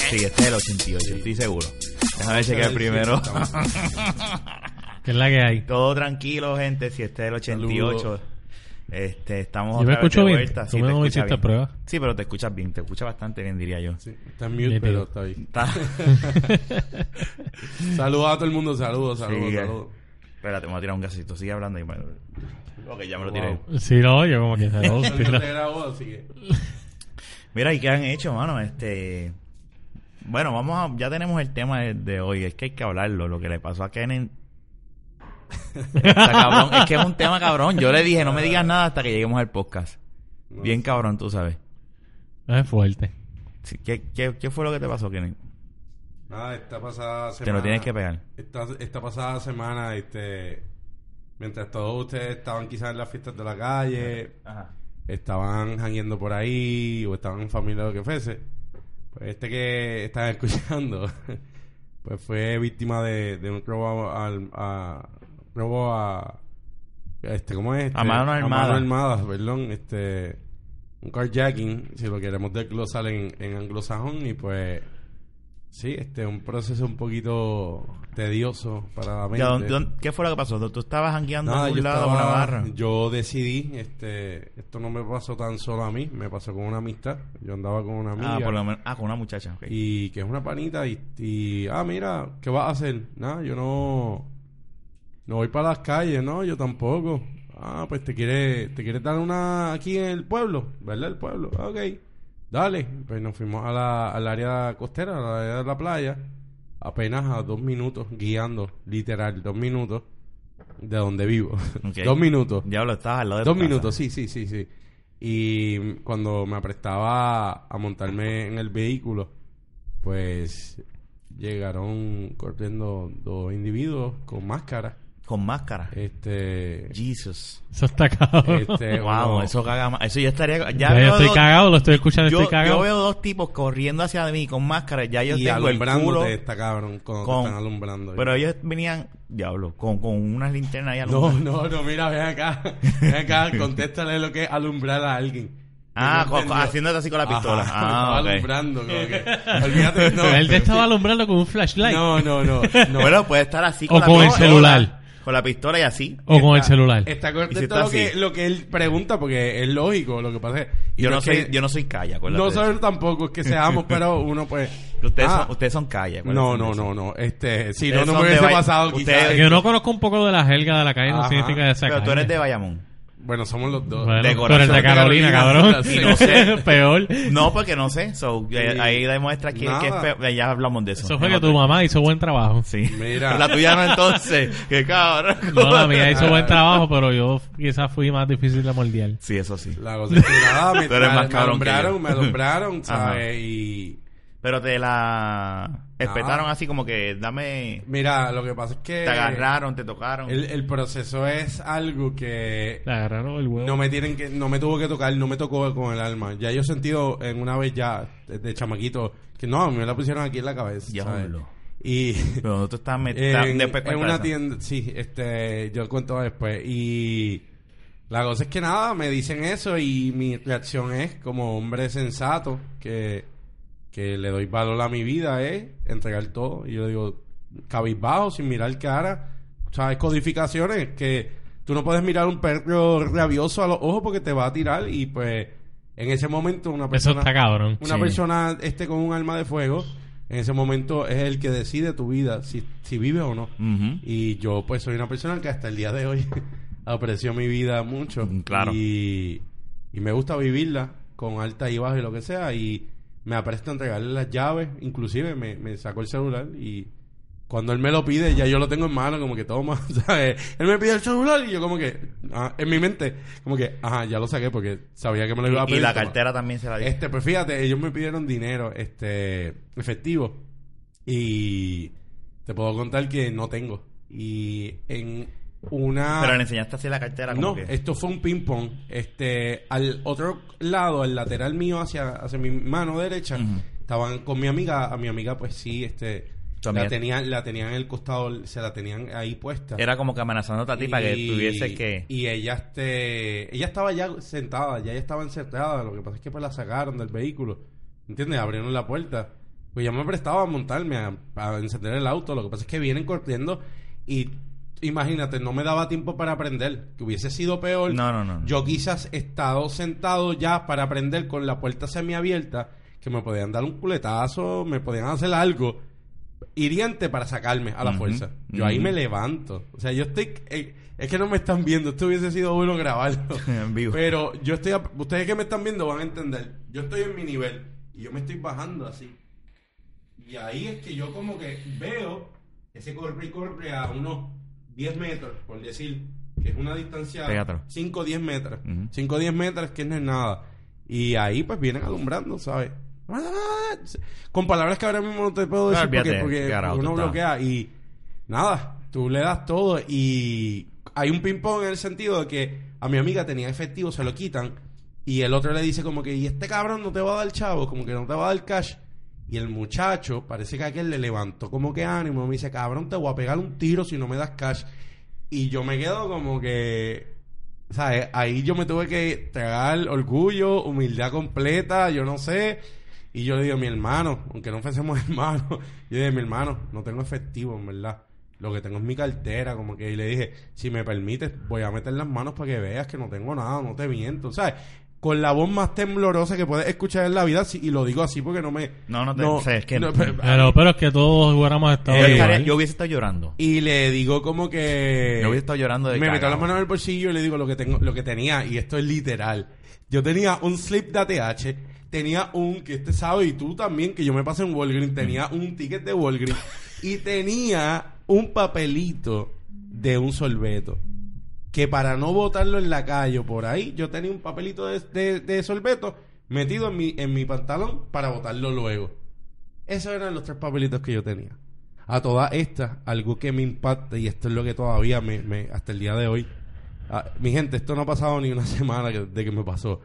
Sí, este es el 88, estoy seguro. Déjame ver si queda el primero. ¿Qué es la que hay? Todo tranquilo, gente. Si este es el 88. Saludos. Estamos Yo me otra vez escucho de bien. vuelta. Tú Sí, me te no escuchas hiciste bien. prueba. Sí, pero te escuchas bien. Te escuchas bastante bien, diría yo. Sí, está en mute, pero está bien. Saludos a todo el mundo. Saludos. Espérate, me voy a tirar un gasito. Sigue hablando y me... Ok, ya me lo tiré. Wow. Sí, no, yo como que... No te grabó, así que... Mira, ¿y qué han hecho, mano? Bueno, ya tenemos el tema de hoy. Es que hay que hablarlo. Lo que le pasó a Kenen... Está cabrón. Es que es un tema cabrón. Yo le dije, no me digas nada hasta que lleguemos al podcast. No, Bien cabrón, tú sabes. Es fuerte. Sí, ¿Qué fue lo que te pasó, Kenen? Nada, esta pasada semana... Te lo tienes que pegar. Esta pasada semana, mientras todos ustedes estaban quizás en las fiestas de la calle, Ajá. estaban jangueando por ahí, o estaban en familia o lo que fuese, pues que estaban escuchando, pues fue víctima de un robo ¿cómo es? A mano armada. A mano armada, perdón, un carjacking, si lo queremos desglosar en anglosajón, y pues sí, un proceso un poquito tedioso para la mente. ¿Qué fue lo que pasó? ¿Tú estabas jangueando Nada, en un lado de una barra? yo decidí, esto no me pasó tan solo a mí, me pasó con una amistad. Yo andaba con una amiga. Por lo menos, con una muchacha. Okay. Y que es una panita y mira, ¿qué vas a hacer? Nada, yo no voy para las calles, no, yo tampoco. Pues te quieres dar una aquí en el pueblo, ¿verdad? El pueblo, ok. Dale, pues nos fuimos al área costera, al área de la playa, apenas a 2 minutos, guiando, literal, 2 minutos de donde vivo. Okay. 2 minutos. Diablo, estabas al lado de 2 tu casa. minutos, sí. Y cuando me aprestaba a montarme en el vehículo, pues llegaron corriendo 2 individuos con máscara. Con máscara. Jesus. Eso está cabrón. Wow, eso caga más. Eso yo estaría... Ya yo estoy cagado, lo estoy escuchando, estoy cagado. Yo veo 2 tipos corriendo hacia mí con máscara. Ya yo y tengo el culo... está cabrón cuando te están alumbrando. Pero ellos venían, diablo, con unas linternas ahí alumbrando. No, mira, ven acá, contéstale lo que es alumbrar a alguien. Haciéndote así con la pistola. Estaba alumbrando, como que... Olvídate, no. Él te estaba alumbrando con un flashlight. No. Bueno, puede estar así con la pistola. O con el celular. Con la pistola y así. O con el celular. Está correcto lo que él pregunta, porque es lógico. Lo que pasa es... Yo no soy calla. No soy tampoco es que seamos, pero uno pues... Ustedes son calla. No. Si no me hubiese pasado quizás... Yo no conozco un poco de la jerga de la calle, no significa de esa Pero calle. tú eres de Bayamón. Bueno, somos los dos. Bueno, de tú eres de Carolina, cabrón. Y no sé. Peor. No, porque no sé. Ahí demuestra que es peor. Ya hablamos de eso. Eso fue que tu mamá hizo buen trabajo. Sí. Mira. La tuya no, entonces. Qué cabrón. No, la mía hizo buen trabajo, pero yo quizás fui más difícil de moldear. Sí, eso sí. La cosa es que nada, Tú eres más cabrón que yo. me alumbraron, ¿sabes? Y... Pero te la espetaron así como que dame... Mira, lo que pasa es que... Te agarraron, te tocaron. El proceso es algo que... Te agarraron el huevo. No me tuvo que tocar, no me tocó con el alma. Ya yo he sentido en una vez ya, de chamaquito, que no, me la pusieron aquí en la cabeza, ¿sabes? Y... Pero tú estás en una tienda, sí, yo cuento después. Y... La cosa es que nada, me dicen eso y mi reacción es como hombre sensato que le doy valor a mi vida, entregar todo. Y yo le digo, cabizbajo, sin mirar cara. ¿Sabes? Codificaciones que tú no puedes mirar un perro rabioso a los ojos porque te va a tirar. Y pues, en ese momento, una persona... Eso está cabrón. Una persona con un arma de fuego, en ese momento es el que decide tu vida, si vive o no. Uh-huh. Y yo, pues, soy una persona que hasta el día de hoy aprecio mi vida mucho. Claro. Y me gusta vivirla con alta y baja y lo que sea. Y me apresto a entregarle las llaves. Inclusive me sacó el celular y cuando él me lo pide ya yo lo tengo en mano, como que toma, ¿sabes? Él me pide el celular y yo como que en mi mente como que ya lo saqué porque sabía que me lo iba a pedir. Y la cartera también se la dio. Pues fíjate, ellos me pidieron dinero efectivo y te puedo contar que no tengo. Y pero le enseñaste así la cartera como que... esto fue un ping pong. Al otro lado, al lateral mío hacia mi mano derecha, estaban con mi amiga. A mi amiga pues sí, la tenían en el costado, se la tenían ahí puesta. Era como que amenazándote a ti para que tuviese que... Y ella estaba ya sentada, ya ella estaba encerrada. Lo que pasa es que pues la sacaron del vehículo, ¿entiendes? Abrieron la puerta. Pues ya me prestaba a montarme, a encender el auto. Lo que pasa es que vienen corriendo y imagínate, no me daba tiempo para aprender. Que hubiese sido peor. No. Yo quizás he estado sentado ya para aprender con la puerta semiabierta, que me podían dar un culetazo, me podían hacer algo hiriente para sacarme a la fuerza. Yo ahí me levanto. O sea, yo estoy... es que no me están viendo. Esto hubiese sido bueno grabarlo. En vivo. Pero yo estoy... Ustedes que me están viendo van a entender. Yo estoy en mi nivel y yo me estoy bajando así. Y ahí es que yo como que veo ese corre a unos 10 metros, por decir, que es una distancia... Pégatelo. 5 o 10 metros. 5 o 10 metros que no es nada. Y ahí pues vienen alumbrando, ¿sabes? Con palabras que ahora mismo no te puedo decir porque uno bloquea. Y nada, tú le das todo y hay un ping-pong en el sentido de que a mi amiga tenía efectivo, se lo quitan y el otro le dice como que, y este cabrón no te va a dar chavo, como que no te va a dar cash. Y el muchacho, parece que aquel le levantó como que ánimo, me dice, cabrón, te voy a pegar un tiro si no me das cash. Y yo me quedo como que, ¿sabes? Ahí yo me tuve que tragar orgullo, humildad completa, yo no sé. Y yo le digo, mi hermano, aunque no fuésemos hermanos, yo le dije, mi hermano, no tengo efectivo, en verdad. Lo que tengo es mi cartera, como que, y le dije, si me permites, voy a meter las manos para que veas que no tengo nada, no te miento, ¿sabes? Con la voz más temblorosa que puedes escuchar en la vida, y lo digo así porque no me... No sé, es que... pero es que todos hubiéramos estado igual. Yo hubiese estado llorando. Y le digo como que... Yo hubiese estado llorando de me meto cagado. las manos en el bolsillo y le digo lo que tenía, y esto es literal. Yo tenía un slip de ATH, tenía que este sabe, y tú también, que yo me pasé en Walgreens, tenía un ticket de Walgreens, y tenía un papelito de un sorbeto. Que para no botarlo en la calle o por ahí, yo tenía un papelito de sorbeto metido en mi pantalón para botarlo luego. Esos eran los 3 papelitos que yo tenía. A todas estas, algo que me impacta, y esto es lo que todavía hasta el día de hoy, mi gente, esto no ha pasado ni una semana de que me pasó.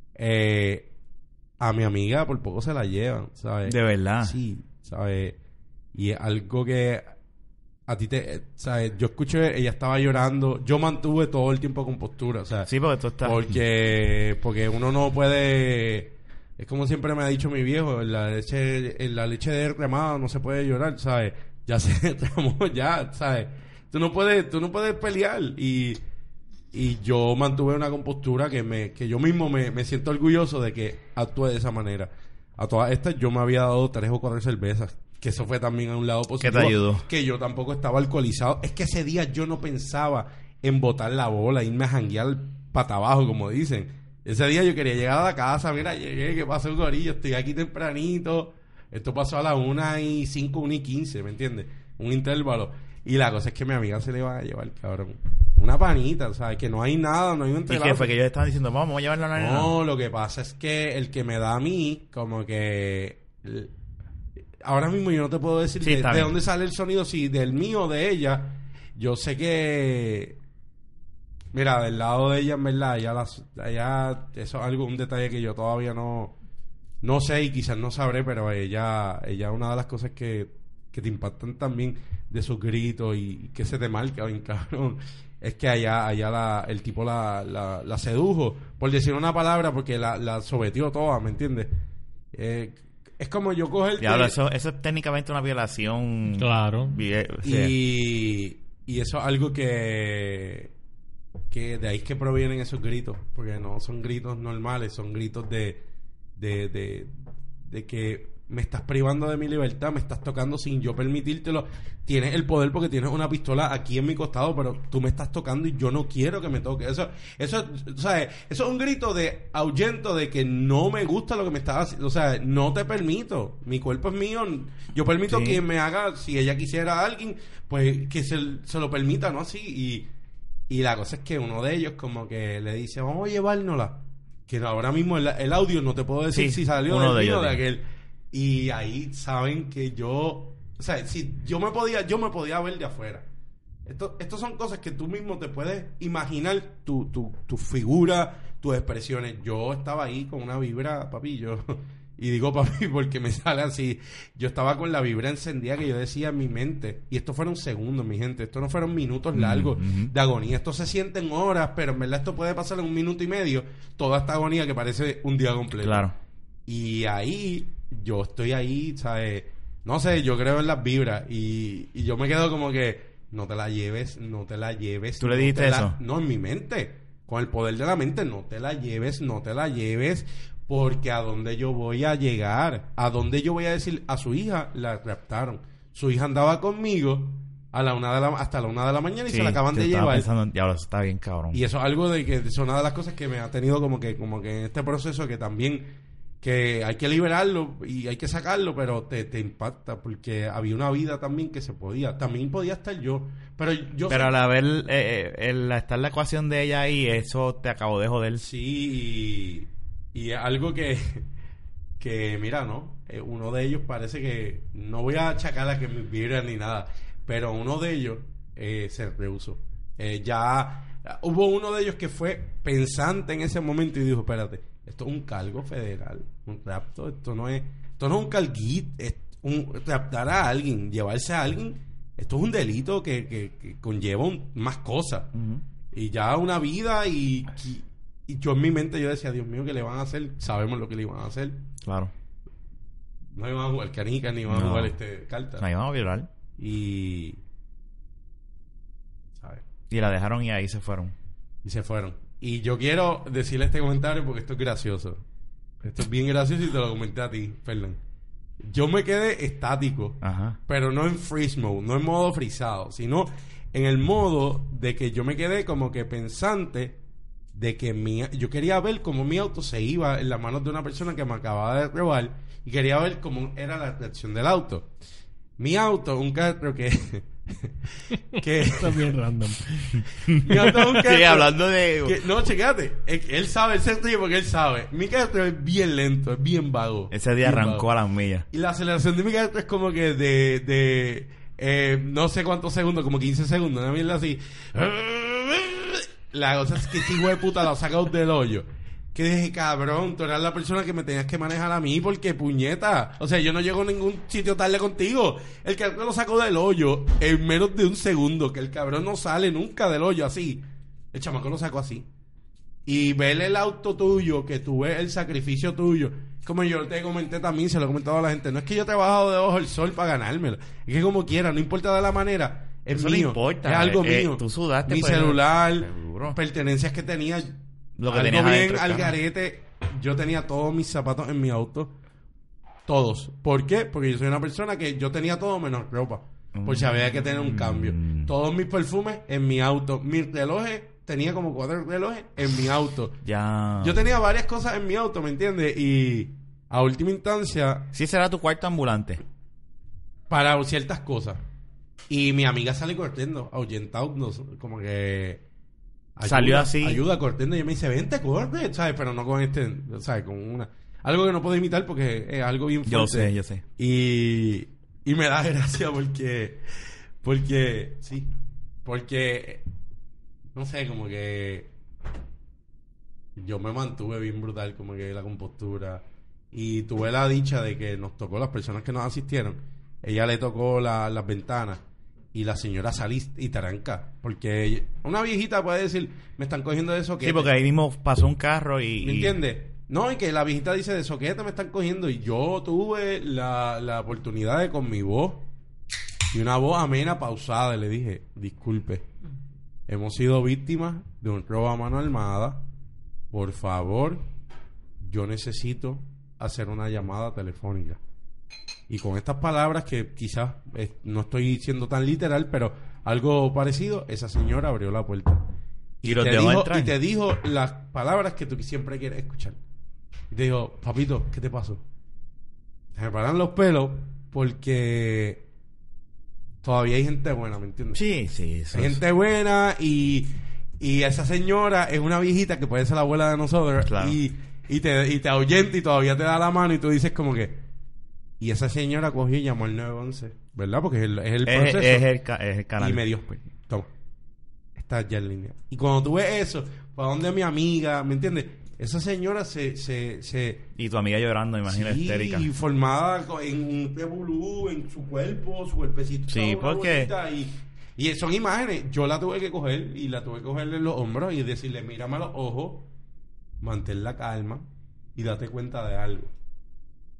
A mi amiga por poco se la llevan, ¿sabes? De verdad. Sí, ¿sabes? Y es algo que a ti ¿sabes? Yo escuché, ella estaba llorando, yo mantuve todo el tiempo compostura, o sea, sí, porque tú estás... porque uno no puede, es como siempre me ha dicho mi viejo, en la leche derramada no se puede llorar, ¿sabes? Ya se derramó, ya, ¿sabes? Tú no puedes pelear y yo mantuve una compostura que yo mismo me siento orgulloso de que actué de esa manera. A todas estas yo me había dado 3 o 4 cervezas. Que eso fue también a un lado positivo. ¿Qué te ayudó? Que yo tampoco estaba alcoholizado. Es que ese día yo no pensaba en botar la bola, irme a janguear pata abajo, como dicen. Ese día yo quería llegar a la casa. Mira, llegué, ¿qué pasó, gorillo? Estoy aquí tempranito. Esto pasó a las 1:05, 1:15, ¿me entiendes? Un intervalo. Y la cosa es que mi amiga se le iba a llevar, cabrón, una panita, ¿sabes? Que no hay nada, no hay un entrelado. ¿Y qué fue? Que ellos estaban diciendo, vamos a llevarla a la nena. No, lo que pasa es que el que me da a mí, como que... Ahora mismo yo no te puedo decir de dónde sale el sonido, si del mío o de ella. Yo sé que... Mira, del lado de ella, en verdad, ella eso es un detalle que yo todavía no sé y quizás no sabré, pero ella una de las cosas que te impactan también de sus gritos y que se te marca, bien cabrón, es que allá el tipo la sedujo, por decir una palabra, porque la sometió toda, ¿me entiendes? Es como yo coger... Diablo, eso es técnicamente una violación. Claro. Y eso es algo que de ahí es que provienen esos gritos, porque no son gritos normales, son gritos de que me estás privando de mi libertad, me estás tocando sin yo permitírtelo. Tienes el poder porque tienes una pistola aquí en mi costado, pero tú me estás tocando y yo no quiero que me toque. Eso, ¿sabes? Eso es un grito de ahuyento de que no me gusta lo que me estás haciendo. O sea, no te permito. Mi cuerpo es mío. Yo permito que me haga, si ella quisiera a alguien, pues que se lo permita, ¿no? Así. Y la cosa es que uno de ellos como que le dice, vamos a llevárnosla. Que ahora mismo el audio no te puedo decir si salió uno del de mío ellos, de aquel. Y ahí saben que yo... O sea, si yo me podía ver de afuera. Estos son cosas que tú mismo te puedes imaginar, tu figura, tus expresiones. Yo estaba ahí con una vibra, papi, y digo papi porque me sale así. Yo estaba con la vibra encendida que yo decía en mi mente. Y esto fueron segundos, mi gente. Esto no fueron minutos largos de agonía. Esto se siente en horas, pero en verdad esto puede pasar en 1 minuto y medio. Toda esta agonía que parece un día completo. Claro. Y ahí yo estoy ahí, ¿sabes? No sé, yo creo en las vibras y yo me quedo como que no te la lleves. ¿Tú le dijiste eso? No, en mi mente, con el poder de la mente, no te la lleves, porque a dónde yo voy a llegar, a dónde yo voy a decir, a su hija la raptaron. Su hija andaba conmigo hasta la 1 de la mañana y se la acaban de llevar. Pensando, ya está bien cabrón. Y eso es algo de que es una de las cosas que me ha tenido como que en este proceso que también que hay que liberarlo y hay que sacarlo, pero te impacta porque había una vida también que se podía. También podía estar yo, pero al haber estar en la ecuación de ella ahí, eso te acabó de joder. Sí, y es algo que mira, ¿no? Uno de ellos parece que no voy a achacar a que me vibra ni nada, pero uno de ellos se rehusó. Ya hubo uno de ellos que fue pensante en ese momento y dijo, espérate, esto es un cargo federal, un rapto, esto no es un carguito, es raptar a alguien, llevarse a alguien, esto es un delito que conlleva más cosas. Uh-huh. Y ya una vida y yo en mi mente yo decía, Dios mío, ¿qué le van a hacer? Sabemos lo que le iban a hacer. Claro. No iban a jugar canicas ni iban a jugar cartas. No iban a violar. Y ¿sabes? Y la dejaron y ahí se fueron. Y yo quiero decirle este comentario porque esto es gracioso. Esto es bien gracioso y te lo comenté a ti, Fernan. Yo me quedé estático. Ajá. Pero no en freeze mode, no en modo frisado, sino en el modo de que yo me quedé como que pensante de que yo quería ver cómo mi auto se iba en las manos de una persona que me acababa de robar y quería ver cómo era la reacción del auto. Mi auto, un carro que está bien random. Mi auto es un carro. Sí, hablando de. No, checate. Él sabe, él se ríe porque él sabe. Mi carro es bien lento, es bien vago. Ese día arrancó a las millas. Y la aceleración de mi carro es como que no sé cuántos segundos, como 15 segundos, una mierda así. La cosa es que este hijo de puta lo ha sacado del hoyo. Que dije, cabrón, tú eras la persona que me tenías que manejar a mí, porque puñeta. O sea, yo no llego a ningún sitio tarde contigo. El cabrón lo sacó del hoyo en menos de un segundo, que el cabrón no sale nunca del hoyo así. El chamaco lo sacó así. Y ver el auto tuyo, que tú ves el sacrificio tuyo. Como yo te comenté también, se lo he comentado a la gente. No es que yo he trabajado debajo del sol para ganármelo. Es que como quiera, no importa de la manera. Es eso mío. No importa. Es algo mío. Tú sudaste. Mi celular, pertenencias que tenía. Lo que algo tenías bien adentro, al garete. Yo tenía todos mis zapatos en mi auto. Todos. ¿Por qué? Porque yo soy una persona que yo tenía todo menos ropa. Por si había que tener un cambio. Todos mis perfumes en mi auto. Mis relojes, tenía como 4 relojes en mi auto. Ya. Yo tenía varias cosas en mi auto, ¿me entiendes? Y a última instancia... Sí, será tu cuarto ambulante. Para ciertas cosas. Y mi amiga sale corriendo, ahuyentado, como que... Salió así. Ayuda corriendo y me dice, vente, corre, ¿sabes? Pero no con ¿sabes? Con una... Algo que no puedo imitar porque es algo bien fuerte. Yo sé. Y me da gracia porque sí. Porque, no sé, como que yo me mantuve bien brutal, como que la compostura. Y tuve la dicha de que nos tocó, las personas que nos asistieron, ella le tocó las ventanas. Y la señora salí y taranca. Porque una viejita puede decir, me están cogiendo de soquete. Sí, porque ahí mismo pasó un carro y... ¿Me entiendes? No, y que la viejita dice, de soquete me están cogiendo. Y yo tuve la oportunidad de con mi voz, y una voz amena, pausada, le dije, disculpe, hemos sido víctimas de un robo a mano armada. Por favor, yo necesito hacer una llamada telefónica. Y con estas palabras que quizás no estoy siendo tan literal, pero algo parecido, esa señora abrió la puerta y te dijo las palabras que tú siempre quieres escuchar. Y te dijo, papito, ¿qué te pasó? Se me paran los pelos porque todavía hay gente buena, ¿me entiendes? Sí. Hay gente buena y esa señora es una viejita que puede ser la abuela de nosotros. Claro. Y te ahuyenta y todavía te da la mano y tú dices como que... Y esa señora cogió y llamó al 911, ¿verdad? Porque es el proceso. Es el canal. Y me dio, toma, estás ya en línea. Y cuando tú ves eso, ¿para dónde mi amiga? ¿Me entiendes? Esa señora se... Y tu amiga llorando, imagino, sí, histérica. Y formada en un revolú, en su cuerpecito. Sí, porque... Y son imágenes. Yo la tuve que coger y la tuve que cogerle en los hombros y decirle, mírame a los ojos, mantén la calma y date cuenta de algo.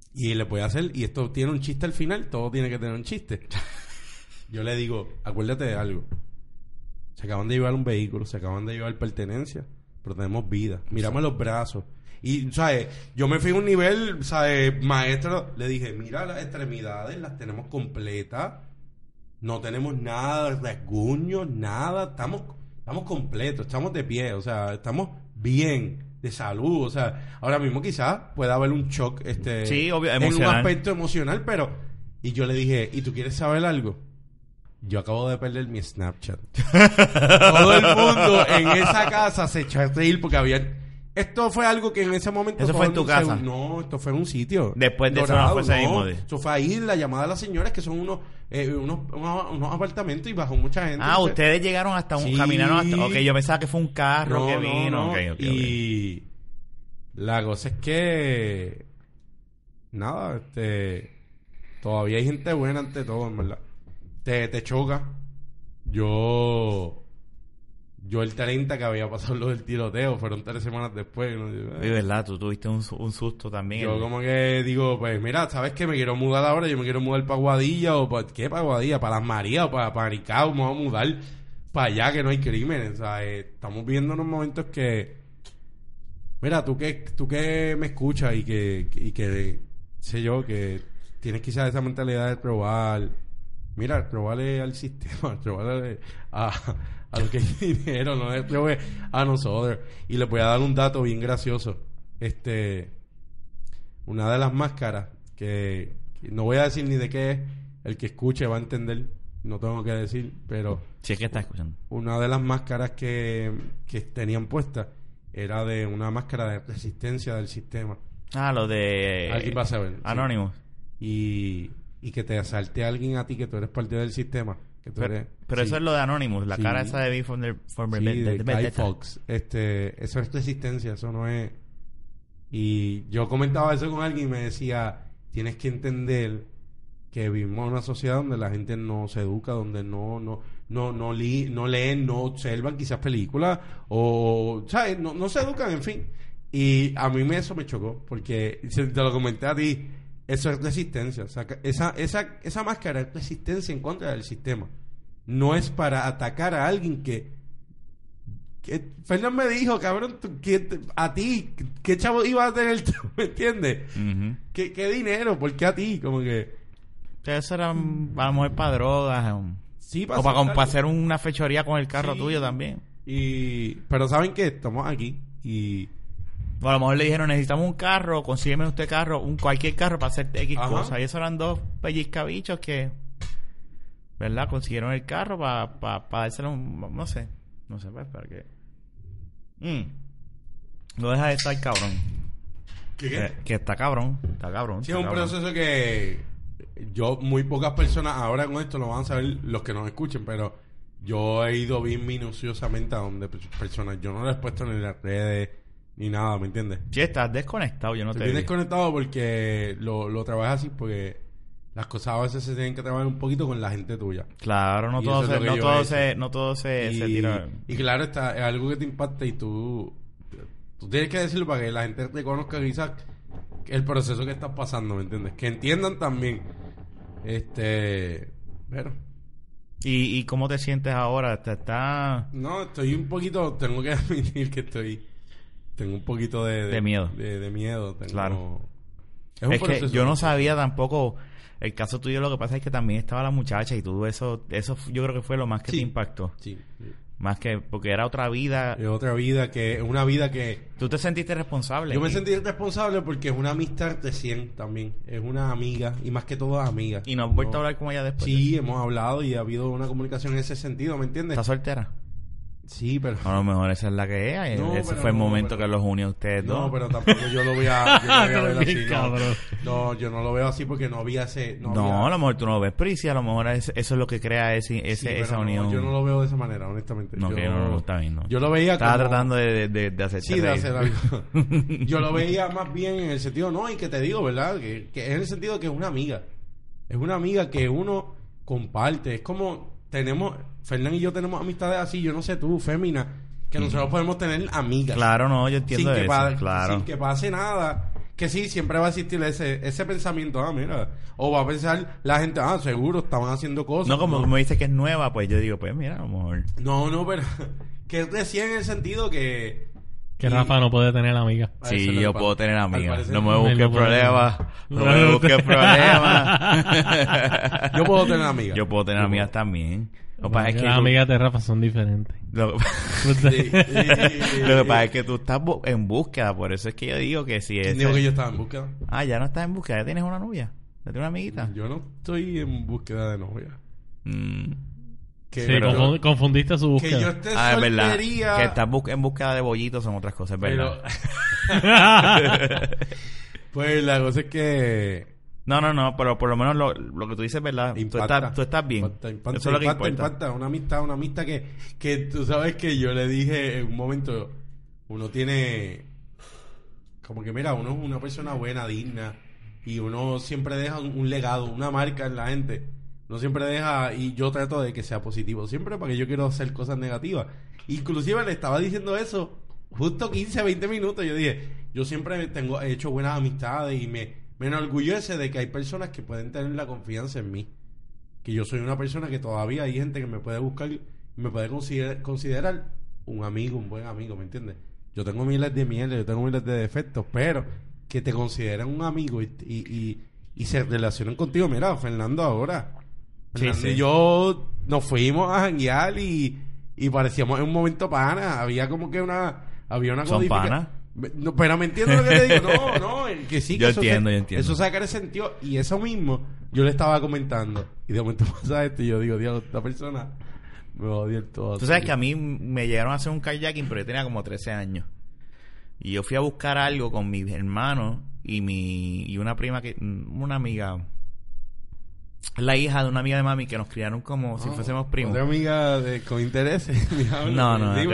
Y le puede hacer, y esto tiene un chiste al final, todo tiene que tener un chiste. Yo le digo, acuérdate de algo. Se acaban de llevar un vehículo, se acaban de llevar pertenencia, pero tenemos vida. Mírame los brazos. Y, ¿sabes? Yo me fui a un nivel, ¿sabes? Maestro, le dije, mira las extremidades, las tenemos completas. No tenemos nada de rasguños, nada. Estamos completos, estamos de pie, o sea, estamos bien, de salud. O sea, ahora mismo quizás pueda haber un shock, sí, obvio, en un emocional. aspecto emocional, pero... Y yo le dije, ¿y tú quieres saber algo? Yo acabo de perder mi Snapchat. Todo el mundo en esa casa se echó a reír porque había... Esto fue algo que en ese momento... ¿Eso fue en tu casa? No, esto fue en un sitio. Después de Dorado, eso no fue ese mismo día. Eso fue ahí la llamada de las señoras, que son unos apartamentos y bajó mucha gente. Ah, ustedes llegaron hasta sí. Caminaron hasta... Ok, yo pensaba que fue un carro que vino. No. Okay, y la cosa es que... Nada, todavía hay gente buena ante todo, en verdad. Te choca. Yo el 30 que había pasado lo del tiroteo, fueron 3 semanas después. ¿No? Sí, verdad, tú tuviste un susto también. Yo como que digo, pues mira, ¿sabes qué? Me quiero mudar ahora, yo me quiero mudar para Guadilla, o para, ¿qué para Guadilla? Para Las Marías, o para Maricao, me voy a mudar para allá que no hay crímenes. O sea, estamos viviendo unos momentos que... Mira, tú que me escuchas y que sé yo, que tienes quizás esa mentalidad de probar... Mira, probarle al sistema, probarle a lo que es dinero, no es probar a nosotros. Y le voy a dar un dato bien gracioso. Una de las máscaras que no voy a decir ni de qué es, el que escuche va a entender, no tengo que decir, pero... Sí, es que está escuchando. Una de las máscaras que tenían puestas era de una máscara de resistencia del sistema. Ah, lo de... Aquí vas a ver. Anonymous. Sí. Y que te asalte a alguien a ti que tú eres parte del sistema. Que tú pero sí. eso es lo de Anonymous, la cara esa de de Guy Fawkes. Eso es resistencia, eso no es... Y yo comentaba eso con alguien y me decía, tienes que entender que vivimos en una sociedad donde la gente no se educa, donde no leen, no observan quizás películas, o ¿sabes? No se educan, en fin. Y a mí eso me chocó, porque te lo comenté a ti. Eso es resistencia. O sea, esa máscara es resistencia en contra del sistema. No es para atacar a alguien que Fernan me dijo, cabrón, a ti, ¿qué chavo iba a tener tú? ¿Me entiendes? Uh-huh. ¿Qué dinero? ¿Por qué a ti? Como que... Eso era a lo mejor para drogas. Sí, o para hacer una fechoría con el carro tuyo también. Pero ¿saben qué? Estamos aquí y... O a lo mejor le dijeron, necesitamos un carro, consígueme usted carro, cualquier carro para hacer X cosas. Y eso eran 2 pellizcabichos que, ¿verdad? Consiguieron el carro para dárselo no sé, pues para qué. No deja de estar cabrón. ¿Qué? Que está cabrón. Sí, es un proceso que muy pocas personas ahora con esto lo van a saber los que nos escuchen, pero yo he ido bien minuciosamente a donde personas, yo no lo he puesto ni en las redes ni nada, ¿me entiendes? Sí, estás desconectado, yo no te Estoy desconectado porque lo trabajas así, porque las cosas a veces se tienen que trabajar un poquito con la gente tuya. Claro, no todo se tira. Y claro, es algo que te impacta y tú tienes que decirlo para que la gente reconozca quizás el proceso que estás pasando, ¿me entiendes? Que entiendan también. Pero... ¿Y cómo te sientes ahora? No, estoy un poquito... Tengo que admitir que tengo un poquito de miedo. De miedo. Claro. Es que yo no sabía tampoco... El caso tuyo, lo que pasa es que también estaba la muchacha y todo eso yo creo que fue lo más que te impactó. Sí. Más que... Porque era otra vida. Es otra vida que... Una vida que... ¿Tú te sentiste responsable? Yo me sentí responsable porque es una amistad recién también. Es una amiga. Y más que todo amiga. ¿Y no has vuelto a hablar con ella después? Sí, hemos hablado y ha habido una comunicación en ese sentido, ¿me entiendes? ¿Estás soltera? Sí, pero... A lo mejor esa es la que es. No, ese fue el momento que los unió a ustedes dos. No, pero tampoco yo lo voy a ver así. No, yo no lo veo así porque no había ese... No, a lo mejor tú no lo ves, pero sí, a lo mejor eso es lo que crea esa unión. No, yo no lo veo de esa manera, honestamente. No, que no lo está viendo. Yo lo veía Estaba tratando de hacer... Sí, de hacer algo. Yo lo veía más bien en el sentido... No, y que te digo, ¿verdad? Que es en el sentido que es una amiga. Es una amiga que uno comparte. Es como... Fernán y yo tenemos amistades así, yo no sé tú, fémina, que nosotros podemos tener amigas. Claro, no, yo entiendo eso, claro. Sin que pase nada, que sí, siempre va a existir ese pensamiento, mira, o va a pensar la gente, seguro estaban haciendo cosas. No, como me dice que es nueva, pues yo digo, pues mira, a lo mejor. No, pero que recién en el sentido que Rafa no puede tener amigas. Sí, yo puedo tener amigas. No me busques problemas. No me busques problemas. Yo puedo tener amigas. Yo puedo tener amigas también. Lo que pasa es que las amigas de Rafa son diferentes. Lo que pasa es que tú estás en búsqueda. Por eso es que yo digo que si es... Digo que yo estaba en búsqueda. Ya no estás en búsqueda. ¿Ya tienes una novia? ¿Ya tienes una amiguita? Yo no estoy en búsqueda de novia. Confundiste su búsqueda. Que yo esté es verdad. Que estás en búsqueda de bollitos son otras cosas, ¿verdad? Pues la cosa es que... No, pero por lo menos lo que tú dices es verdad. Tú estás bien. Eso es lo que importa. Una amistad que tú sabes que yo le dije en un momento, uno tiene como que mira, uno es una persona buena, digna, y uno siempre deja un legado, una marca en la gente. Uno siempre deja, y yo trato de que sea positivo siempre, porque yo quiero hacer cosas negativas. Inclusive le estaba diciendo eso justo 15, 20 minutos. Yo dije, yo siempre he hecho buenas amistades y me enorgullece de que hay personas que pueden tener la confianza en mí. Que yo soy una persona que todavía hay gente que me puede buscar, me puede considerar un amigo, un buen amigo, ¿me entiendes? Yo tengo miles de mierda, yo tengo miles de defectos, pero que te consideren un amigo y se relacionen contigo. Mira, Fernando ahora. Fernando y yo nos fuimos a janguear y parecíamos en un momento pana. Había como que había una ¿Son panas? No, pero me entiendo lo que te digo. No, que sí, que yo eso entiendo. Eso saca el sentido. Y eso mismo yo le estaba comentando. Y de momento pasa esto y yo digo, Dios, esta persona me odia todo. Tú sabes que a mí me llegaron a hacer un kayaking, pero yo tenía como 13 años. Y yo fui a buscar algo con mis hermanos y una prima, una amiga, la hija de una amiga de mami que nos criaron como si fuésemos primos. ¿Otra amiga con intereses? No.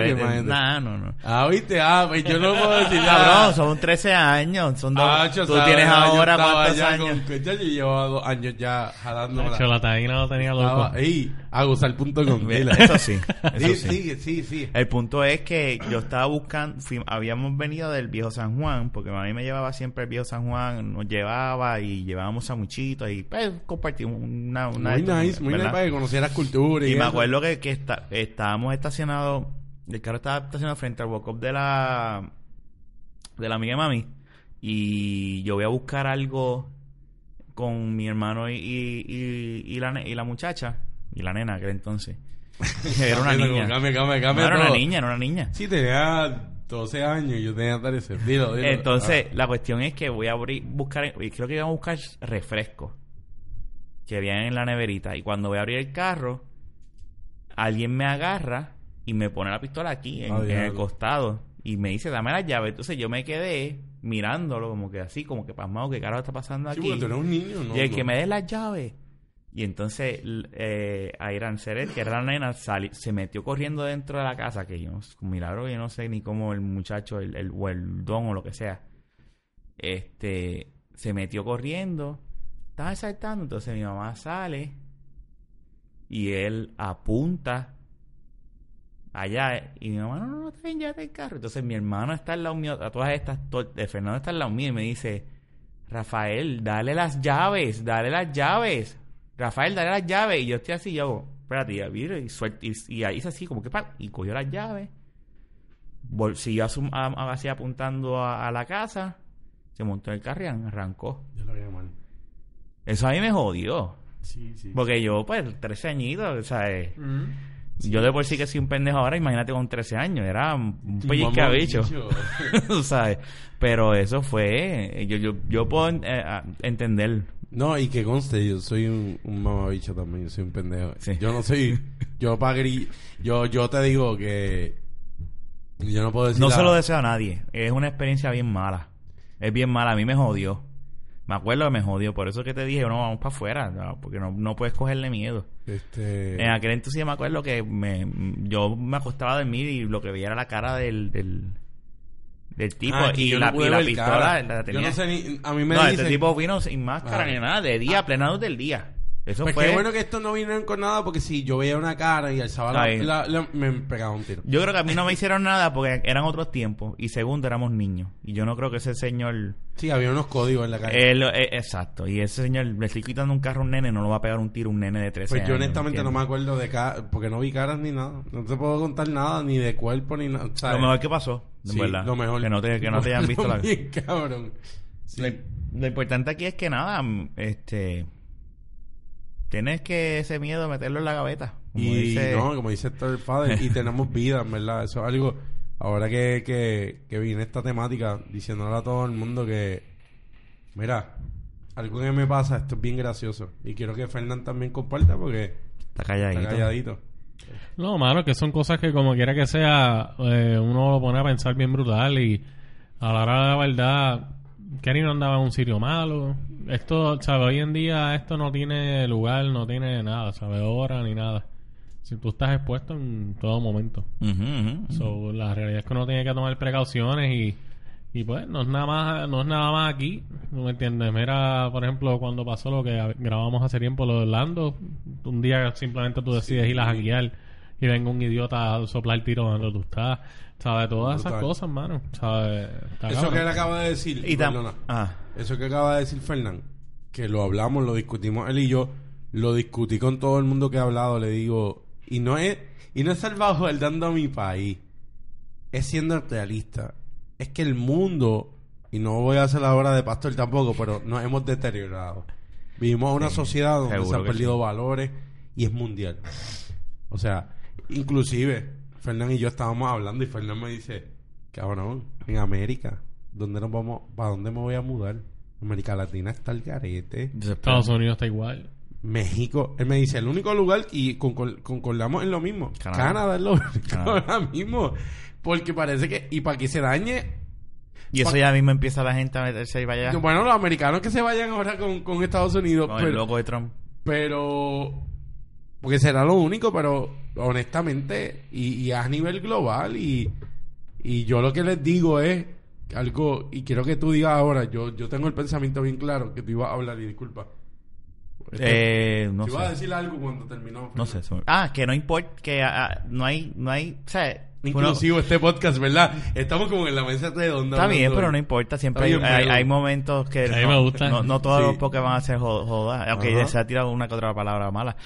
¿Viste? Pues yo no puedo decir nada. Cabrón, son 13 años. Son tú tienes ahora cuántos años. Yo llevaba 2 años ya jalándola. La taína no tenía loco. A gozar.com. Eso sí. Sí. El punto es que yo estaba buscando, habíamos venido del Viejo San Juan, porque mami me llevaba siempre al Viejo San Juan, nos llevaba y llevábamos sanguichitos y pues compartimos una muy nice para que conocieras cultura y me acuerdo que estábamos estacionados, el carro estaba estacionado frente al walk-up de la amiga de mami, y yo voy a buscar algo con mi hermano y la muchacha y la nena que era entonces era una niña. No era una niña. Sí, tenía 12 años, yo tenía 13. Dilo. Entonces la cuestión es que voy a buscar, y creo que iba a buscar refrescos que había en la neverita, y cuando voy a abrir el carro alguien me agarra y me pone la pistola aquí en el costado y me dice dame las llaves. Entonces yo me quedé mirándolo como que así, como que pasmado, ¿qué carajo está pasando aquí? Sí, tú eres un niño, ¿no? Y que me dé las llaves. Y entonces Airan Seret, que era la nena, se metió corriendo dentro de la casa, que yo, con milagro, yo no sé ni cómo el muchacho, el don o lo que sea, se metió corriendo, estaba saltando. Entonces mi mamá sale y él apunta allá, y mi mamá, no, ya está el carro. Entonces mi hermano está al lado mío, a todas estas, Fernando está al lado mío y me dice, Rafael, dale las llaves. Rafael, dale las llaves. Y yo estoy así, yo hago, espérate, y ahí hice así, como que y cogió las llaves, siguió así apuntando a la casa, se montó en el carro y arrancó. Yo lo vi mal. Eso a mí me jodió. Sí. Porque yo, pues, 13 añitos, ¿sabes? Yo de por sí que soy un pendejo ahora, imagínate con 13 años, era un pellizcabicho, ¿sabes? Pero eso fue, yo puedo entender. No, y que conste, yo soy un mamabicho también, yo soy un pendejo. Sí. Yo no soy, yo te digo que yo no puedo decir no se lo deseo a nadie, es una experiencia bien mala, es bien mala, a mí me jodió. Me acuerdo que me jodió, por eso que te dije, no, vamos para afuera, ¿no? Porque no puedes cogerle miedo. En aquel entonces me acuerdo que yo me acostaba a dormir y lo que veía era la cara del tipo, y la pistola la tenía. Yo no sé a mí me dicen, dicen... este tipo vino sin máscara ni nada, de día, plena luz del día. Eso pues fue... qué bueno que estos no vinieron con nada, porque si yo veía una cara y alzaba me pegaba un tiro. Yo creo que a mí no me hicieron nada porque eran otros tiempos. Y segundo, éramos niños. Y yo no creo que ese señor... Sí, había unos códigos en la calle. Exacto. Y ese señor, le estoy quitando un carro a un nene, no lo va a pegar un tiro un nene de 13 pues años. Yo honestamente no me acuerdo de porque no vi caras ni nada. No te puedo contar nada, ni de cuerpo, ni nada. Lo mejor que pasó, sí, ¿verdad? Lo mejor. Que no te hayan visto la... Bien, cabrón. Sí. Lo importante aquí es que nada, tienes que ese miedo meterlo en la gaveta. Como dice Héctor Fader, y tenemos vidas, ¿verdad? Eso es algo... Ahora que viene esta temática, diciéndole a todo el mundo que... Mira, algo que me pasa, esto es bien gracioso. Y quiero que Fernán también comparta porque... Está calladito. No, mano, que son cosas que como quiera que sea, uno lo pone a pensar bien brutal. Y a la hora de la verdad... Kenny no andaba en un sitio malo. Esto, ¿sabes? Hoy en día esto no tiene lugar, no tiene nada, ¿sabes? Hora ni nada. Si tú estás expuesto en todo momento. So, la realidad es que uno tiene que tomar precauciones y pues no es nada más aquí. ¿No me entiendes? Mira, por ejemplo, cuando pasó lo que grabamos hace tiempo, lo de Orlando, un día simplemente tú decides ir a hackear y venga un idiota a soplar tiro donde tú estás. ¿Sabes? Todas esas cosas, mano. ¿Sabes? Eso que él acaba de decir, eso que acaba de decir Fernán, que lo hablamos, lo discutimos él y yo, lo discutí con todo el mundo que ha hablado, le digo, y no es salvaguardando a mi país, es siendo realista. Es que el mundo, y no voy a hacer la hora de pastor tampoco, pero nos hemos deteriorado. Vivimos en una sociedad donde se han perdido valores y es mundial. O sea, inclusive Fernán y yo estábamos hablando y Fernán me dice, cabrón, en América, ¿para dónde me voy a mudar? América Latina está el garete. Estados Unidos está igual. México, él me dice, el único lugar, y concordamos en lo mismo, Canadá es lo único ahora mismo, porque parece que, y para que se dañe, y eso ya mismo empieza la gente a meterse y vaya. Bueno, los americanos que se vayan ahora con Estados Unidos, con el loco de Trump, pero porque será lo único, pero honestamente y a nivel global y yo lo que les digo es algo, y quiero que tú digas ahora, yo tengo el pensamiento bien claro, que tú ibas a hablar y disculpa. No sé. Ibas a decir algo cuando terminó. No sé. Que no importa, que no hay, o sea, inclusive este podcast, ¿verdad? Estamos como en la mesa redonda. Está bien, pero no importa, siempre hay momentos que me gusta. No todos los podcasts van a ser jodas, aunque se ha tirado una que otra palabra mala.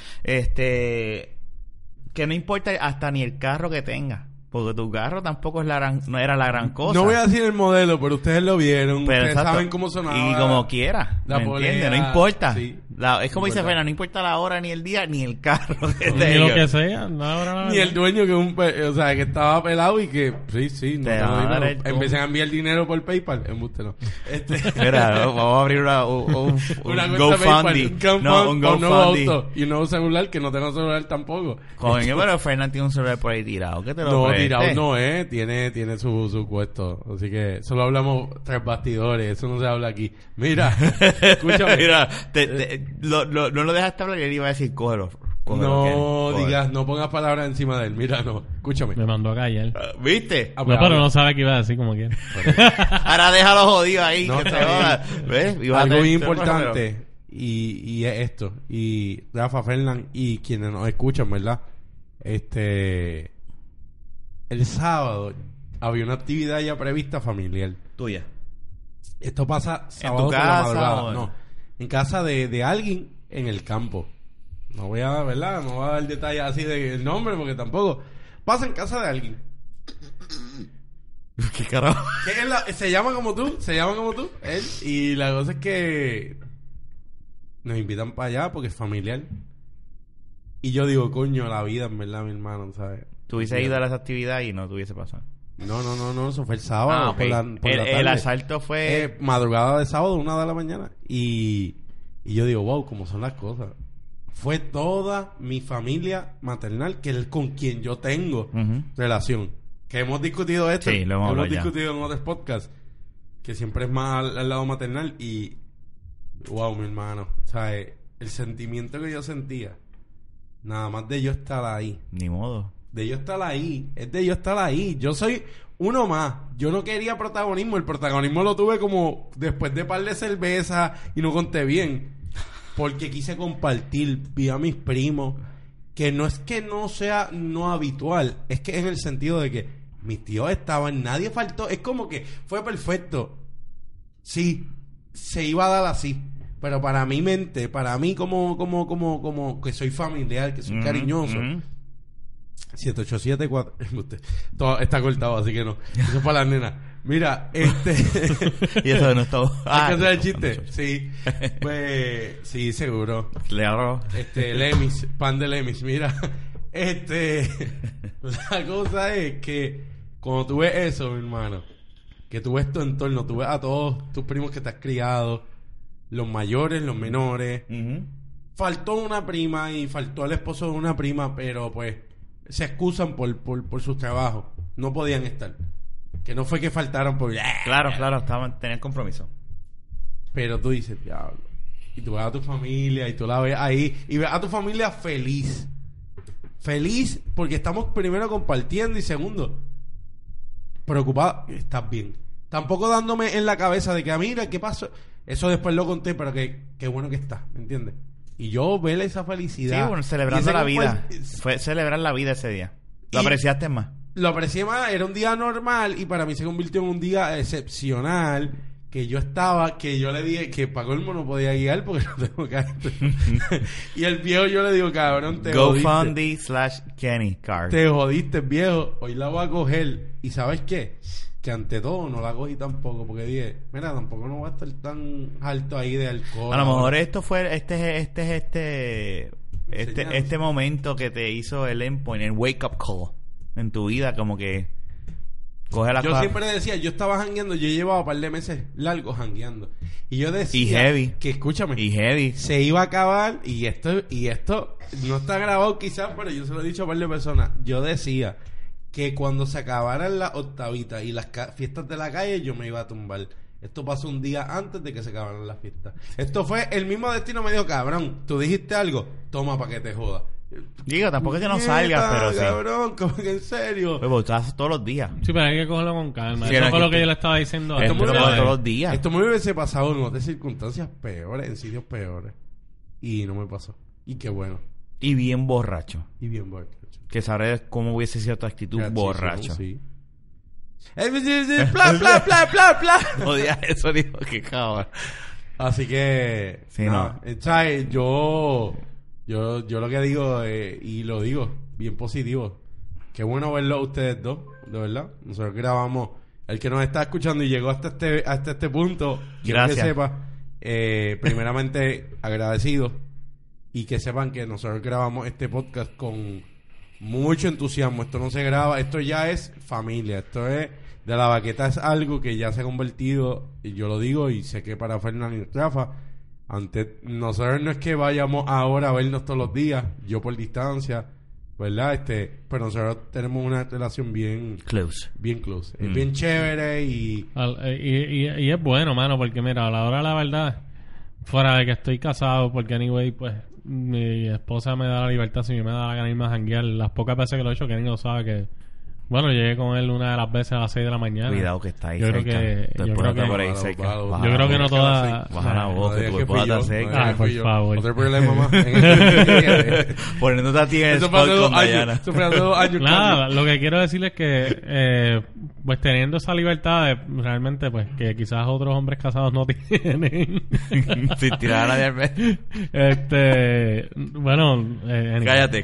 Que no importa hasta ni el carro que tenga. Porque tu carro tampoco no era la gran cosa. No voy a decir el modelo, pero ustedes lo vieron. Pero ustedes saben cómo sonaba. Y como quiera. ¿Me entiendes? No importa. Sí, es como dice Fena, no importa la hora, ni el día, ni el carro. Ni lo que sea. Ni el dueño que estaba pelado y que... Sí. En vez de enviar dinero por PayPal. No. Mira, vamos a abrir un GoFundMe. Un GoFundMe. Y un nuevo celular, que no tengo celular tampoco. Coño, pero Fernan tiene un celular por ahí tirado. ¿Qué te lo preste? Tirado no es, tiene su puesto, así que solo hablamos tras bastidores, eso no se habla aquí. Mira, escúchame. Mira, no lo dejaste hablar y él iba a decir cógelo. No pongas palabras encima de él, mira, no, escúchame. Me mandó a callar. ¿Viste? Pero no sabe qué iba a decir como quiera. Ahora déjalo jodido ahí, que te joda. ¿Ves? Algo muy importante y es esto, y Rafa, Fernán y quienes nos escuchan, ¿verdad? El sábado había una actividad ya prevista familiar. ¿Tuya? Esto pasa sábado ¿En tu casa, por la madrugada. o...? No, en casa de alguien en el campo. No voy a dar detalles así del nombre porque tampoco. Pasa en casa de alguien. ¿Qué carajo? Se llama como tú, él. Y la cosa es que nos invitan para allá porque es familiar. Y yo digo, coño, la vida, en verdad, mi hermano, ¿sabes? Tú hubiese ido a las actividades y no te hubiese pasado. No, eso fue el sábado. Okay. por la tarde. El asalto fue... madrugada de sábado, 1 de la mañana. Y yo digo, wow, cómo son las cosas. Fue toda mi familia maternal, que es con quien yo tengo relación. Que hemos discutido esto. Sí, lo hemos discutido en otros podcasts. Que siempre es más al lado maternal. Y, wow, mi hermano. ¿Sabes? El sentimiento que yo sentía. Nada más de yo estar ahí. Ni modo. De yo estar ahí. Es de yo estar ahí. Yo soy uno más. Yo no quería protagonismo. El protagonismo lo tuve como después de par de cerveza y no conté bien. porque quise compartir, vi a mis primos, que no es que no sea no habitual, es que en el sentido de que mis tíos estaban, nadie faltó, es como que fue perfecto. Sí, se iba a dar así, pero para mi mente, para mí como que soy familiar, que soy cariñoso, 787-4 todo está cortado, así que no, eso es para las nenas. Mira, y eso no está... ¿hay que hacer el chiste? Sí. Pues, sí, seguro. Claro. Lemis, pan de Lemis. Mira, la cosa es que cuando tú ves eso, mi hermano, que tú ves tu entorno, tú ves a todos tus primos que te has criado, los mayores, los menores. Faltó una prima y faltó el esposo de una prima, pero pues se excusan por sus trabajos. No podían estar. Que no fue que faltaron por... Claro, tenían compromiso. Pero tú dices, diablo. Y tú ves a tu familia y tú la ves ahí. Y ves a tu familia feliz. Feliz porque estamos primero compartiendo y segundo, preocupado. Estás bien. Tampoco dándome en la cabeza de que, mira, ¿qué pasó? Eso después lo conté, pero qué bueno que estás, ¿me entiendes? Y yo ver esa felicidad. Sí, bueno, celebrando la vida. Fue celebrar la vida ese día. ¿Lo apreciaste más? Lo aprecié más, era un día normal y para mí se convirtió en un día excepcional que yo le dije que para colmo no podía guiar porque no tengo carta. Y el viejo yo le digo, cabrón, te GoFundMe/Kenny Card. Te jodiste, viejo, hoy la voy a coger. ¿Y sabes qué? Que ante todo no la cogí tampoco porque dije, mira, tampoco no voy a estar tan alto ahí de alcohol. A lo mejor esto fue este momento que te hizo el endpoint, el wake up call en tu vida, como que coge la yo siempre decía, yo estaba jangueando, yo llevaba un par de meses largos jangueando y yo decía y heavy, que escúchame, y heavy se iba a acabar y esto no está grabado quizás, pero yo se lo he dicho a un par de personas. Yo decía que cuando se acabaran las octavitas y las fiestas de la calle yo me iba a tumbar. Esto pasó un día antes de que se acabaran las fiestas. Esto fue el mismo destino. Me dijo, cabrón, tú dijiste algo, toma para que te joda. Digo, tampoco es que no salgas, pero sí. Cabrón, como que en serio. Pues estás todos los días. Sí, pero hay que cogerlo con calma. Sí, eso fue lo que yo le estaba diciendo. Esto todos los días. Esto me hubiese pasado en otras circunstancias peores, en sitios peores. Y no me pasó. Y qué bueno. Y bien borracho. Que sabré cómo hubiese sido tu actitud borracho. Sí. Bla, bla, bla, bla, bla. Odia eso, digo, que cabrón. Así que... Sí, no. ¿Sabes? Yo lo que digo, y lo digo bien positivo, qué bueno verlo a ustedes dos, de verdad. Nosotros grabamos, el que nos está escuchando y llegó hasta este punto, quiero que sepa, primeramente agradecido, y que sepan que nosotros grabamos este podcast con mucho entusiasmo. Esto no se graba, esto ya es familia, esto es de la baqueta, es algo que ya se ha convertido, y yo lo digo y sé que para Fernando y Rafa, antes, nosotros no es que vayamos ahora a vernos todos los días, yo por distancia, ¿verdad? Pero nosotros tenemos una relación bien close. Es bien chévere y es bueno, mano, porque mira, a la hora de la verdad, fuera de que estoy casado, porque anyway, pues mi esposa me da la libertad si me da la gana irme a janguear. Las pocas veces que lo he hecho, Kenny lo sabe que... Bueno, llegué con él una de las veces a las 6 de la mañana. Cuidado que está ahí yo cerca. Yo creo que por ahí cerca. Yo creo que no todas... Baja la voz, que tu esposa está cerca. Por favor. Otro problema más. Poniéndote a ti en el spot con Diana. Eso fue hace 2 años. Nada, lo que quiero decirles es que pues teniendo esa libertad realmente pues que quizás otros hombres casados no tienen. Sin tirar a nadie al medio. Bueno, cállate.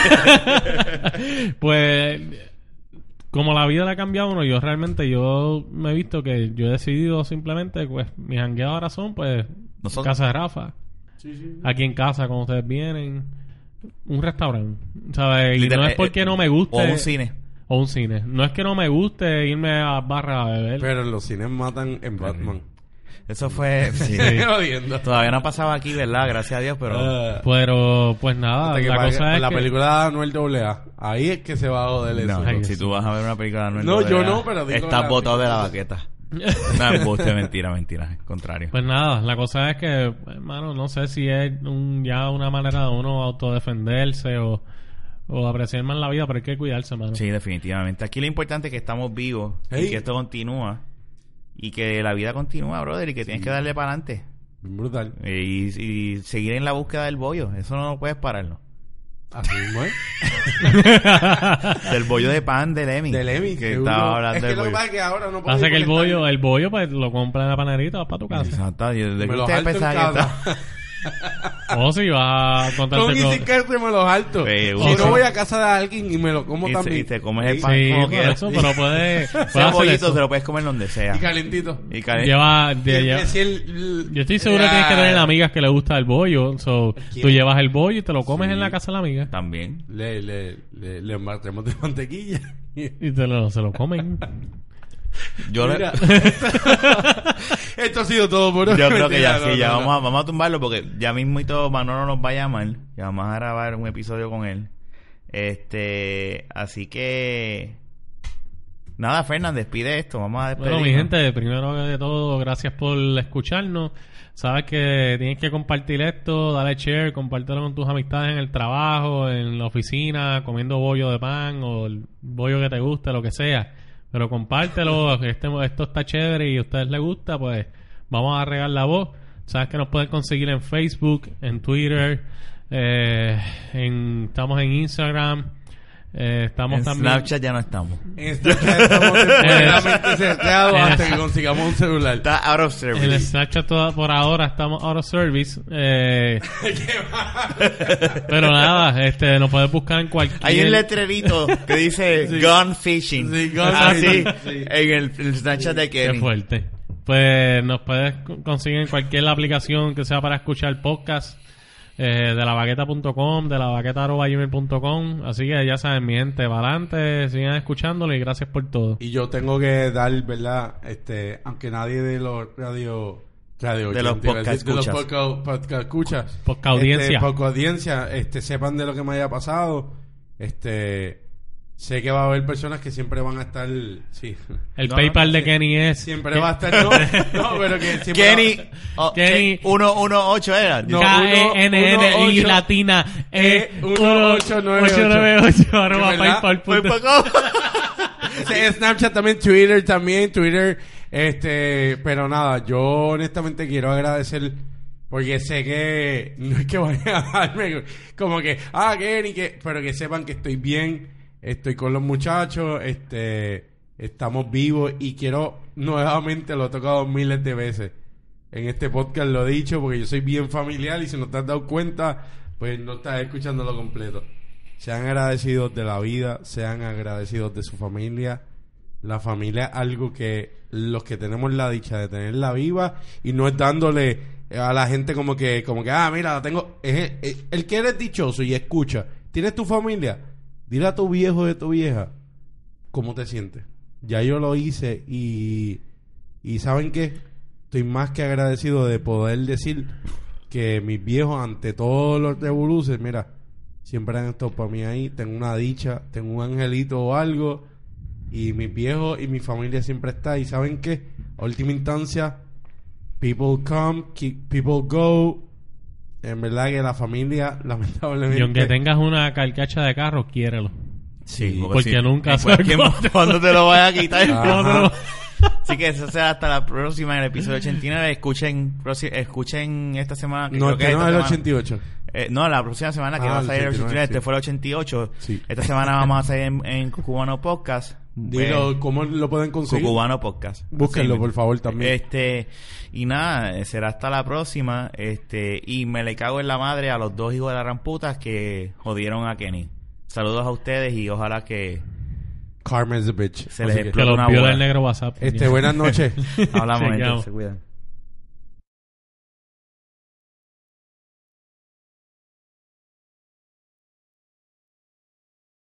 Pues como la vida le ha cambiado a uno, yo me he visto que yo he decidido simplemente, pues mis jangueos ahora son pues casa de Rafa, sí. Aquí en casa cuando ustedes vienen, un restaurante, ¿sabes? Y no es porque no me guste, o un cine, no es que no me guste irme a barra a beber, pero los cines matan en Batman. Eso fue... Sí. Todavía no ha pasado aquí, ¿verdad? Gracias a Dios, pero pues nada, la cosa es la película de Anuel AA, ahí es que se va a joder eso. No, si tú vas a ver una película de Anuel AA... No, yo no, pero digo... Estás botado de la baqueta. No, embuste, mentira, al contrario. Pues nada, la cosa es que, hermano, no sé si es ya una manera de uno autodefenderse o apreciar más la vida, pero hay que cuidarse, hermano. Sí, definitivamente. Aquí lo importante es que estamos vivos y que esto continúa. Y que la vida continúa, brother, y que tienes que darle para adelante. Brutal. Y seguir en la búsqueda del bollo. Eso no puedes pararlo. Así mismo es. Del bollo de pan de Lemmy. De Lemmy. Que estaba hablando es que del lo que bollo. pasa es que ahora no puedo. Pasa que el bollo pues lo compra en la panadería, vas para tu casa. Exacto. me los alto en casa. O si vas a contarte Con Easy Carter me los alto. Si no voy a casa de alguien y me lo como también. Y te comes el pan sí, como por quieras. eso, pero puedes Ese hacer bollito eso. se lo puedes comer donde sea. Y calentito. Y Yo estoy seguro que tienes que tener amigas que le gusta el bollo. So, tú llevas el bollo y te lo comes en la casa de la amiga. También. Le embarremos de mantequilla. Y se lo comen. Mira. Esto ha sido todo por hoy. Yo creo que ya, sí, ya vamos a tumbarlo porque ya mismo y todo Manolo nos va a llamar. Ya vamos a grabar un episodio con él. Así que nada, Fernan, despide esto. Vamos a despedirnos. Bueno, mi gente, primero de todo, gracias por escucharnos. Sabes que tienes que compartir esto, dale share, compártelo con tus amistades en el trabajo, en la oficina, comiendo bollo de pan o el bollo que te guste, lo que sea. Pero compártelo, esto está chévere y a ustedes les gusta, pues vamos a regar la voz. Sabes que nos pueden conseguir en Facebook, en Twitter, estamos en Instagram, estamos en también... Snapchat ya no estamos. En Snapchat estamos temporalmente cerrados hasta que consigamos un celular. Está out of service. En el Snapchat por ahora estamos out of service. Pero nada, nos puedes buscar en cualquier... Hay un letrerito que dice Gun Fishing. Sí, gun así, fishing. Sí. en el Snapchat de Qué Kenny. fuerte. Pues nos puedes conseguir en cualquier aplicación que sea para escuchar podcast, de lavaqueta.com, de lavaqueta@gmail.com. Así que ya saben, mi gente, para adelante, sigan escuchándolo y gracias por todo. Y yo tengo que dar, ¿verdad? Aunque nadie de los De los podcast escuchas, Podcast audiencia. podcast audiencia, sepan de lo que me haya pasado. Sé que va a haber personas que siempre van a estar, sí. El PayPal de Kenny es... Siempre va a estar, no, pero que siempre Kenny 118 era. No, KENNI latina 1898 arroba ¿verdad? paypal.com. Snapchat también, Twitter, pero nada, yo honestamente quiero agradecer porque sé que no es que vayan a darme como que, Kenny, pero que sepan que estoy bien, estoy con los muchachos, estamos vivos y quiero nuevamente, lo he tocado miles de veces en este podcast, lo he dicho porque yo soy bien familiar y si no te has dado cuenta, pues no estás escuchándolo completo. Sean agradecidos de la vida, sean agradecidos de su familia. La familia es algo que los que tenemos la dicha de tenerla viva y no es dándole a la gente como que mira, la tengo. El que eres dichoso y escucha, ¿tienes tu familia? Dile a tu viejo de tu vieja cómo te sientes. Ya yo lo hice y ¿saben qué? Estoy más que agradecido de poder decir que mis viejos, ante todos los revoluces, mira, siempre han estado para mí ahí. Tengo una dicha, tengo un angelito o algo. Y mis viejos y mi familia siempre está. Y ¿saben qué? A última instancia, people come, people go. En verdad que la familia, lamentablemente... Y aunque tengas una carcacha de carro, quiérelo. Sí, porque nunca sabes cuándo te lo vaya a quitar. Ajá. Así que eso será hasta la próxima, en el episodio 89. Escuchen esta semana. No, creo que no es el esta 88. No, la próxima semana que va a salir el 89. Sí. Fue el 88. Sí. Esta semana vamos a salir en Cubano Podcast. Dilo, ¿cómo lo pueden conseguir? Cubano Podcast. Búsquenlo, Sí, por favor, también. Y nada, será hasta la próxima. Y me le cago en la madre a los dos hijos de la ramputas que jodieron a Kenny. Saludos a ustedes y ojalá que Karma is a bitch. se les Que explote los una viola bola. el negro WhatsApp. Buenas noches. Hablamos, Chequeamos. gente, se cuidan.